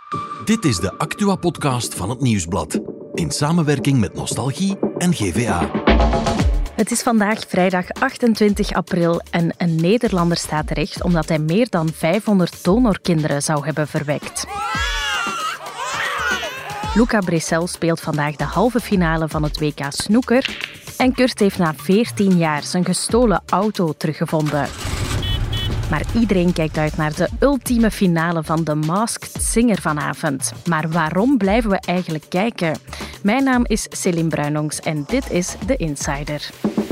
Dit is de Actua-podcast van het Nieuwsblad. In samenwerking met Nostalgie en GVA. Het is vandaag vrijdag 28 april en een Nederlander staat terecht omdat hij meer dan 500 donorkinderen zou hebben verwekt. Luca Bressel speelt vandaag de halve finale van het WK snooker. En Kurt heeft na 14 jaar zijn gestolen auto teruggevonden. Maar iedereen kijkt uit naar de ultieme finale van The Masked Singer vanavond. Maar waarom blijven we eigenlijk kijken? Mijn naam is Céline Bruinongs en dit is The Insider.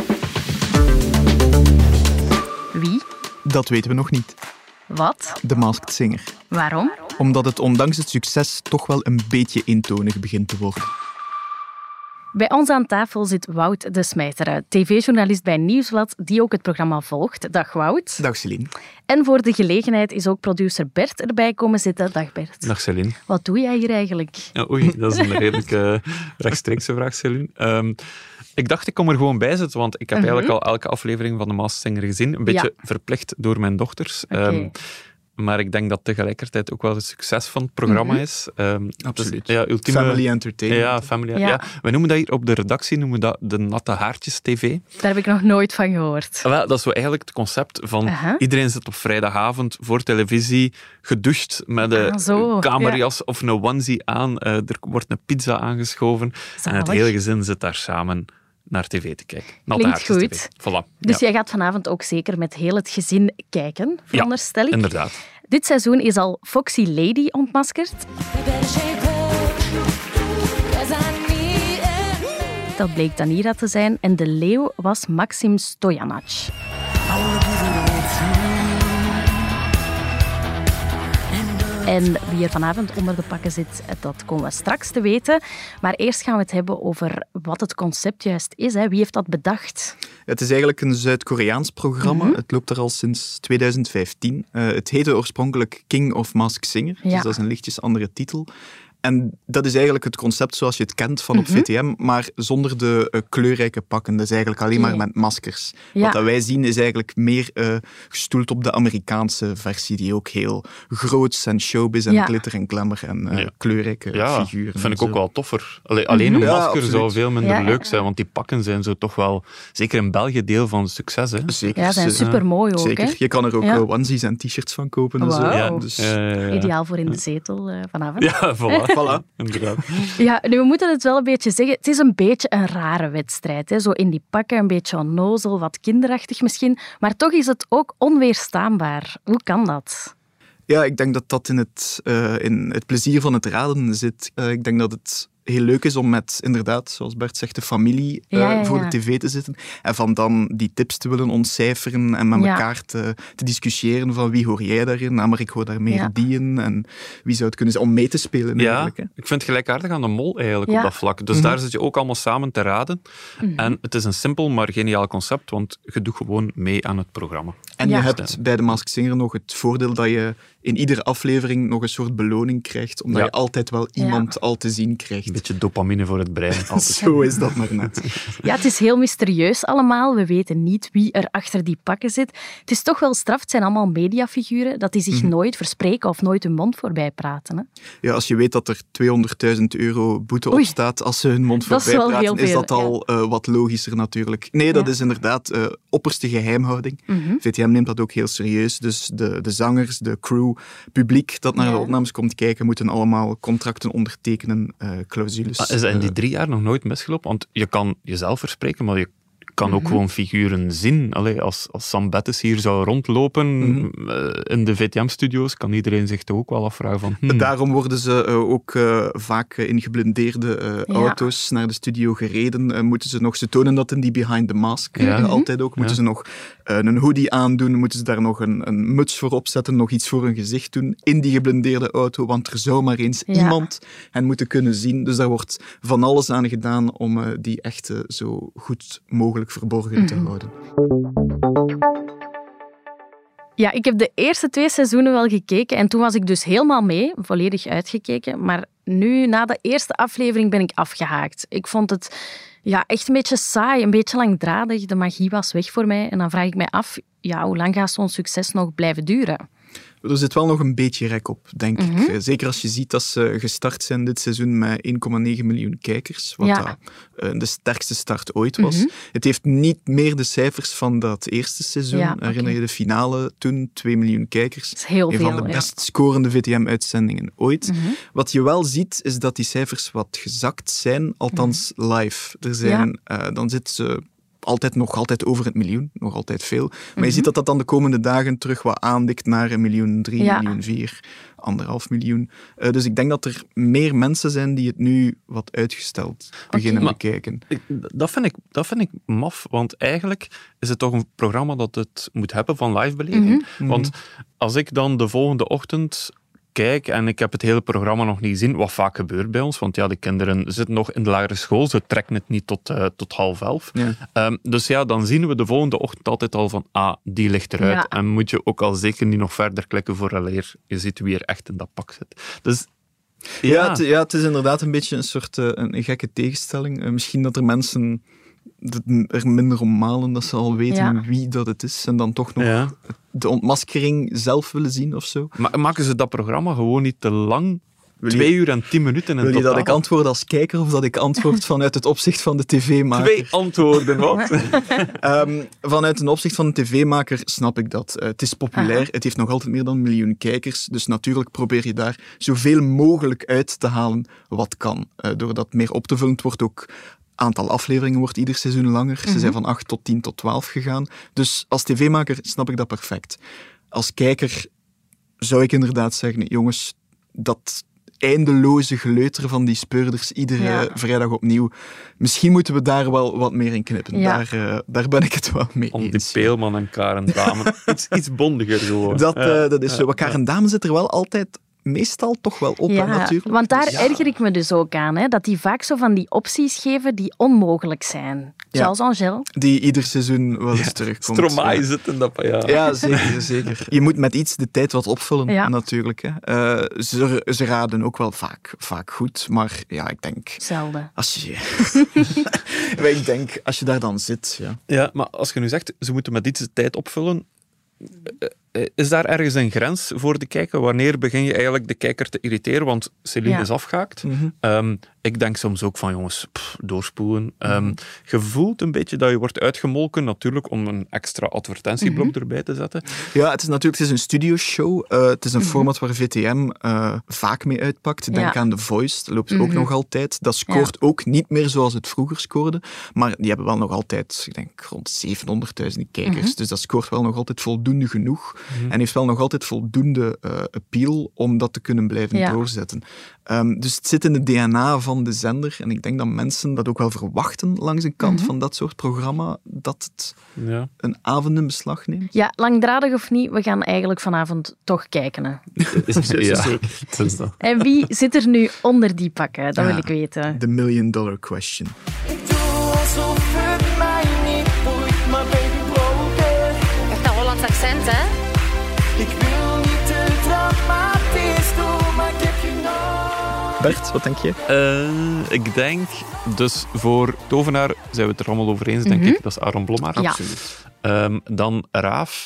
Wie? Dat weten we nog niet. Wat? The Masked Singer. Waarom? Omdat het ondanks het succes toch wel een beetje eentonig begint te worden. Bij ons aan tafel zit Wout de Smijteren, tv-journalist bij Nieuwsblad, die ook het programma volgt. Dag Wout. Dag Céline. En voor de gelegenheid is ook producer Bert erbij komen zitten. Dag Bert. Dag Céline. Wat doe jij hier eigenlijk? Ja, oei, dat is een redelijk rechtstreekse vraag, Céline. Ik dacht, ik kom er gewoon bij zitten, want ik heb eigenlijk al elke aflevering van de Masked Singer gezien. Een beetje verplicht door mijn dochters. Okay. Maar ik denk dat tegelijkertijd ook wel het succes van het programma is. Absoluut. Dus, ultieme... Family entertainment. Ja, family. Ja. We noemen dat hier op de redactie de Natte Haartjes TV. Daar heb ik nog nooit van gehoord. Wel, dat is zo eigenlijk het concept van iedereen zit op vrijdagavond voor televisie, gedoucht met een kamerjas of een onesie aan. Er wordt een pizza aangeschoven. Zalig. En het hele gezin zit daar samen naar tv te kijken. Klinkt goed. TV. Voilà. Dus jij gaat vanavond ook zeker met heel het gezin kijken, veronderstel ik? Inderdaad. Dit seizoen is al Foxy Lady ontmaskerd. Dat bleek Danira te zijn. En de leeuw was Maxim Stojanac. En wie er vanavond onder de pakken zit, dat komen we straks te weten. Maar eerst gaan we het hebben over wat het concept juist is. Wie heeft dat bedacht? Het is eigenlijk een Zuid-Koreaans programma. Het loopt er al sinds 2015. Het heette oorspronkelijk King of Masked Singer. Dus dat is een lichtjes andere titel. En dat is eigenlijk het concept zoals je het kent van op VTM, maar zonder de kleurrijke pakken. Dat is eigenlijk alleen maar met maskers. Ja. Wat dat wij zien is eigenlijk meer gestoeld op de Amerikaanse versie, die ook heel groots en showbiz en glitter en glamour en kleurrijke figuren. Dat vind ik ook wel toffer. Alleen een masker zou veel minder leuk zijn, want die pakken zijn zo toch wel, zeker in België, deel van het succes. Hè? Zeker. Ja, zijn supermooi ook. Zeker. Hè? Je kan er ook onesies en t-shirts van kopen. En zo. Ja, dus... Ideaal voor in de zetel vanavond. Ja, voilà. Inderdaad. Ja, nu, we moeten het wel een beetje zeggen. Het is een beetje een rare wedstrijd. Hè? Zo in die pakken, een beetje onnozel, wat kinderachtig misschien. Maar toch is het ook onweerstaanbaar. Hoe kan dat? Ja, ik denk dat dat in het plezier van het raden zit. Ik denk dat het heel leuk is om met, inderdaad, zoals Bert zegt, de familie voor de tv te zitten. En van dan die tips te willen ontcijferen en met elkaar te discussiëren van wie hoor jij daarin? Nou, maar ik hoor daar meer die in. En wie zou het kunnen zijn om mee te spelen eigenlijk. Hè? Ik vind het gelijkaardig aan de Mol eigenlijk op dat vlak. Dus daar zit je ook allemaal samen te raden. En het is een simpel, maar geniaal concept, want je doet gewoon mee aan het programma. En je hebt bij de Masked Singer nog het voordeel dat je in iedere aflevering nog een soort beloning krijgt, omdat je altijd wel iemand al te zien krijgt. Een beetje dopamine voor het brein. Zo is dat maar net. Ja, het is heel mysterieus allemaal. We weten niet wie er achter die pakken zit. Het is toch wel straf. Het zijn allemaal mediafiguren dat die zich nooit verspreken of nooit hun mond voorbij praten. Hè? Ja, als je weet dat er €200.000 boete op staat als ze hun mond voorbij praten, is dat al wat logischer natuurlijk. Nee, dat is inderdaad opperste geheimhouding. VTM neemt dat ook heel serieus. Dus de zangers, de crew, publiek dat naar de opnames komt kijken, moeten allemaal contracten ondertekenen, clausules. Is dat in die 3 jaar nog nooit misgelopen? Want je kan jezelf verspreken, maar je kan ook gewoon figuren zien. Allee, als Sam Bettes hier zou rondlopen in de VTM-studio's, kan iedereen zich toch ook wel afvragen van... Daarom worden ze ook vaak in geblindeerde auto's naar de studio gereden. Moeten ze nog... Ze tonen dat in die Behind the Mask altijd ook. Moeten ze nog een hoodie aandoen? Moeten ze daar nog een muts voor opzetten? Nog iets voor hun gezicht doen? In die geblindeerde auto, want er zou maar eens iemand hen moeten kunnen zien. Dus daar wordt van alles aan gedaan om die echte zo goed mogelijk verborgen te houden. Ja, ik heb de eerste 2 seizoenen wel gekeken en toen was ik dus helemaal mee, volledig uitgekeken. Maar nu, na de eerste aflevering, ben ik afgehaakt. Ik vond het echt een beetje saai, een beetje langdradig. De magie was weg voor mij. En dan vraag ik mij af, hoe lang gaat zo'n succes nog blijven duren? Er zit wel nog een beetje rek op, denk ik. Zeker als je ziet dat ze gestart zijn dit seizoen met 1,9 miljoen kijkers, wat de sterkste start ooit was. Het heeft niet meer de cijfers van dat eerste seizoen. Herinner je de finale toen? 2 miljoen kijkers. Dat is heel veel. Een van de best scorende VTM-uitzendingen ooit. Wat je wel ziet, is dat die cijfers wat gezakt zijn, althans live. Er zijn, dan zitten ze nog altijd over het miljoen, nog altijd veel. Maar je ziet dat dan de komende dagen terug wat aandikt naar 1,3 miljoen, 1,4 miljoen, 1,5 miljoen. Dus ik denk dat er meer mensen zijn die het nu wat uitgesteld beginnen bekijken. Dat vind ik maf, want eigenlijk is het toch een programma dat het moet hebben van live-beleving. Want als ik dan de volgende ochtend kijk, en ik heb het hele programma nog niet gezien, wat vaak gebeurt bij ons, want de kinderen zitten nog in de lagere school, ze trekken het niet tot 10:30. Ja. Dus dan zien we de volgende ochtend altijd al van, die ligt eruit. Ja. En moet je ook al zeker niet nog verder klikken vooraleer je ziet wie er echt in dat pak zit. Dus het is inderdaad een beetje een soort een gekke tegenstelling. Misschien dat er mensen er minder om malen dat ze al weten wie dat het is en dan toch nog de ontmaskering zelf willen zien of zo. Maar maken ze dat programma gewoon niet te lang? 2 uur en 10 minuten in totaal? Wil je dat ik antwoord als kijker of dat ik antwoord vanuit het opzicht van de tv-maker? 2 antwoorden, wat? Vanuit een opzicht van de tv-maker snap ik dat. Het is populair, het heeft nog altijd meer dan 1 miljoen kijkers, dus natuurlijk probeer je daar zoveel mogelijk uit te halen wat kan. Door dat meer op te vullen, het wordt ook aantal afleveringen wordt ieder seizoen langer. Ze zijn van 8 tot 10 tot 12 gegaan. Dus als tv-maker snap ik dat perfect. Als kijker zou ik inderdaad zeggen, jongens, dat eindeloze geleuter van die speurders iedere vrijdag opnieuw. Misschien moeten we daar wel wat meer in knippen. Ja. Daar ben ik het wel mee eens. Om die Peelman en Karen Damen. iets bondiger gewoon. Dat is zo. Karen Damen zit er wel altijd meestal toch wel op, natuurlijk. Want daar erger ik me dus ook aan, hè, dat die vaak zo van die opties geven die onmogelijk zijn. Zoals Angel. Die ieder seizoen wel eens terugkomt. Stromae zit in dat Ja, zeker. Je moet met iets de tijd wat opvullen, natuurlijk. Hè. Ze raden ook wel vaak goed, maar ik denk... Zelden. Ik denk, als je daar dan zit... Ja, maar als je nu zegt, ze moeten met iets de tijd opvullen... Is daar ergens een grens voor de kijker? Wanneer begin je eigenlijk de kijker te irriteren? Want Céline is afgehaakt. Ik denk soms ook van, jongens, doorspoelen. Je voelt een beetje dat je wordt uitgemolken, natuurlijk, om een extra advertentieblok erbij te zetten. Ja, het is een studioshow. Het is een format waar VTM vaak mee uitpakt. Denk aan The Voice, dat loopt ook nog altijd. Dat scoort ook niet meer zoals het vroeger scoorde. Maar die hebben wel nog altijd, ik denk, rond 700.000 kijkers. Dus dat scoort wel nog altijd voldoende genoeg. En heeft wel nog altijd voldoende appeal om dat te kunnen blijven doorzetten. Dus het zit in het DNA van de zender. En ik denk dat mensen dat ook wel verwachten langs een kant van dat soort programma, dat het een avond in beslag neemt. Ja, langdradig of niet, we gaan eigenlijk vanavond toch kijken. Hè. Zeker. En wie zit er nu onder die pakken? Dat wil ik weten. The $1 million question. Ik doe alsof het mij niet boeit, maar baby broken. Echt een Hollands accent, hè? Ik wil niet te dramatisch doen, maar ik heb je nog. Bert, wat denk je? Ik denk, dus voor Tovenaar zijn we het er allemaal over eens, denk ik. Dat is Aaron Blommaert. Absoluut. Dan Raaf.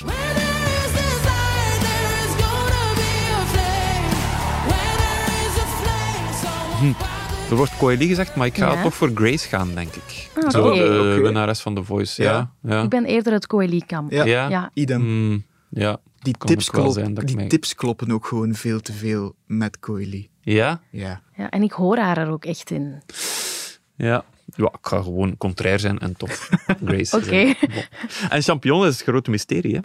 Er wordt Coeli gezegd, maar ik ga toch voor Grace gaan, denk ik. Zo, de winnares van The Voice. Ja. Ik ben eerder het Coeli-kamp. Ja, idem. Die tips kloppen ook gewoon veel te veel met Coeli. Ja? Ja, en ik hoor haar er ook echt in. Ja, ik ga gewoon contrair zijn en toch Grace. Oké. En Champion is het grote mysterie, hè?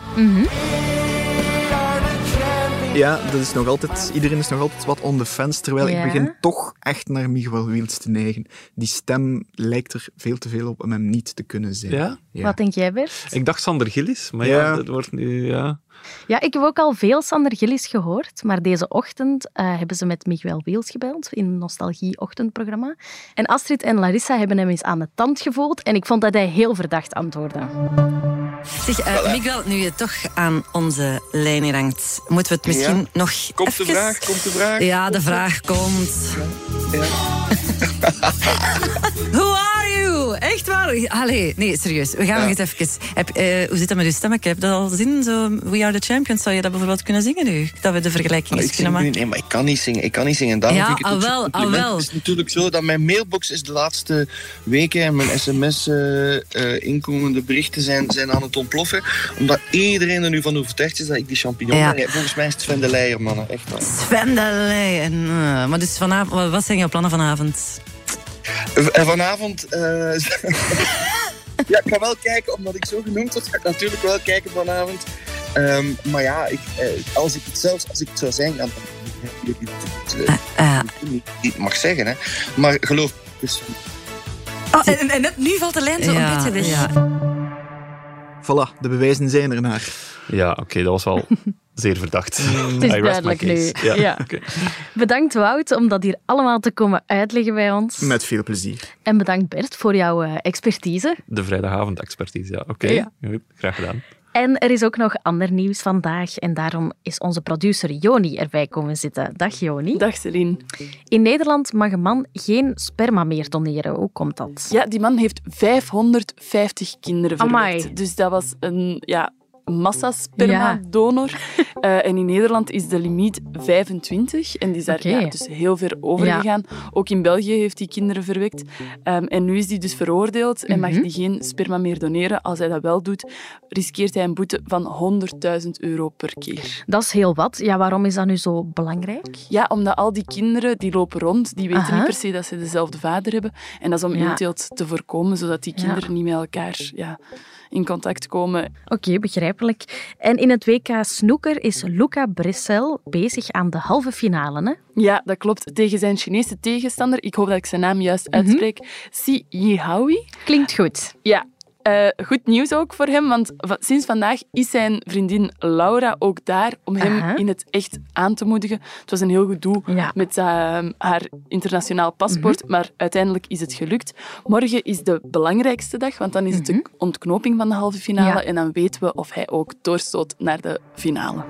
Ja, dat is nog altijd, iedereen is nog altijd wat on the fence, terwijl ik begin toch echt naar Miguel Wiels te neigen. Die stem lijkt er veel te veel op om hem niet te kunnen zijn. Ja? Wat denk jij, Bert? Ik dacht Sander Gillis, maar dat wordt nu... Ja, ik heb ook al veel Sander Gillis gehoord, maar deze ochtend hebben ze met Miguel Wiels gebeld in een Nostalgie-ochtendprogramma. En Astrid en Larissa hebben hem eens aan de tand gevoeld en ik vond dat hij heel verdacht antwoordde. Zeg, Miguel, nu je toch aan onze lijn rangt, moeten we het misschien nog Komt even... Komt de vraag? Ja, de vraag komt. Who are you? Wow, echt waar? Allee, nee, serieus. We gaan nog eens even... hoe zit dat met uw stem? Ik heb dat al zin, zo We Are The Champions. Zou je dat bijvoorbeeld kunnen zingen nu? Dat we de vergelijking eens kunnen maken. Nee, maar ik kan niet zingen. Daarom vind ik het wel. Het is natuurlijk zo dat mijn mailbox is de laatste weken en mijn sms-inkomende berichten zijn aan het ontploffen. Omdat iedereen er nu van overtuigd is dat ik die champignon ben. Volgens mij is het Sven de Leijer, mannen. Echt waar. Sven de Leijer. Maar dus vanavond, wat zijn jouw plannen vanavond? Vanavond... ja, ik ga wel kijken, omdat ik zo genoemd word, ga ik natuurlijk wel kijken vanavond. Maar ja, als ik het zou zijn, dan niet mag zeggen, hè. Maar geloof dus. En nu valt de lijn zo een beetje weg. Ja. Voilà, de bewijzen zijn er naar. Ja, oké, dat was wel zeer verdacht. Het is duidelijk nu. Ja. Okay. Bedankt Wout om dat hier allemaal te komen uitleggen bij ons. Met veel plezier. En bedankt Bert voor jouw expertise. De vrijdagavond-expertise, ja. Oké. Ja. Graag gedaan. En er is ook nog ander nieuws vandaag en daarom is onze producer Joni erbij komen zitten. Dag Joni. Dag Celine. In Nederland mag een man geen sperma meer doneren. Hoe komt dat? Ja, die man heeft 550 kinderen verwekt. Dus dat was een massaspermadonor. Ja. En in Nederland is de limiet 25. En die is daar dus heel ver over gegaan. Ook in België heeft hij kinderen verwekt. En nu is hij dus veroordeeld en mag hij geen sperma meer doneren. Als hij dat wel doet, riskeert hij een boete van €100.000 per keer. Dat is heel wat. Ja, waarom is dat nu zo belangrijk? Ja, omdat al die kinderen die lopen rond, die weten niet per se dat ze dezelfde vader hebben. En dat is om inteelt te voorkomen, zodat die kinderen niet met elkaar in contact komen. Oké, begrijpelijk. En in het WK snooker is Luca Bressel bezig aan de halve finale, hè? Ja, dat klopt. Tegen zijn Chinese tegenstander. Ik hoop dat ik zijn naam juist uitspreek. Xi Yihaoi. Klinkt goed. Ja. Goed nieuws ook voor hem, want sinds vandaag is zijn vriendin Laura ook daar om hem in het echt aan te moedigen. Het was een heel gedoe met haar internationaal paspoort, maar uiteindelijk is het gelukt. Morgen is de belangrijkste dag, want dan is het de ontknoping van de halve finale en dan weten we of hij ook doorstoot naar de finale.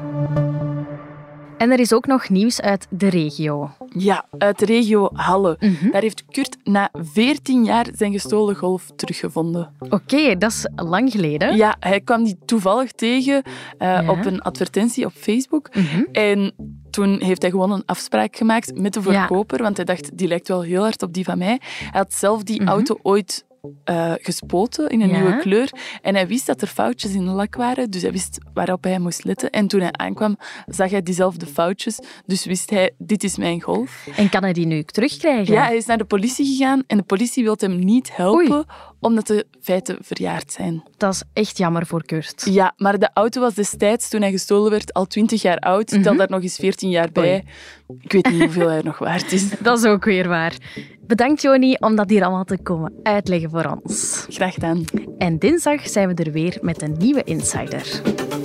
En er is ook nog nieuws uit de regio. Ja, uit de regio Halle. Daar heeft Kurt na 14 jaar zijn gestolen golf teruggevonden. Oké, dat is lang geleden. Ja, hij kwam die toevallig tegen op een advertentie op Facebook. En toen heeft hij gewoon een afspraak gemaakt met de verkoper, want hij dacht, die lijkt wel heel hard op die van mij. Hij had zelf die auto ooit gespoten in een nieuwe kleur. En hij wist dat er foutjes in de lak waren, dus hij wist waarop hij moest letten. En toen hij aankwam, zag hij diezelfde foutjes. Dus wist hij, dit is mijn golf. En kan hij die nu terugkrijgen? Ja, hij is naar de politie gegaan en de politie wil hem niet helpen, omdat de feiten verjaard zijn. Dat is echt jammer voor Kurt. Ja, maar de auto was destijds, toen hij gestolen werd, al 20 jaar oud. Tel daar nog eens 14 jaar bij. Ik weet niet hoeveel hij nog waard is. Dat is ook weer waar. Bedankt Joni om dat hier allemaal te komen uitleggen voor ons. Graag gedaan. En dinsdag zijn we er weer met een nieuwe Insider.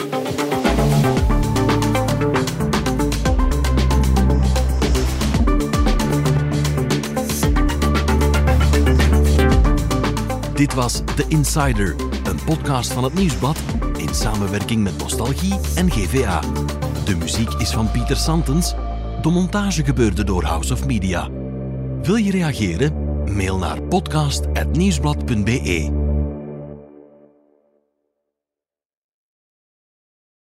Dit was The Insider, een podcast van het Nieuwsblad in samenwerking met Nostalgie en GVA. De muziek is van Pieter Santens. De montage gebeurde door House of Media. Wil je reageren? Mail naar podcast@nieuwsblad.be.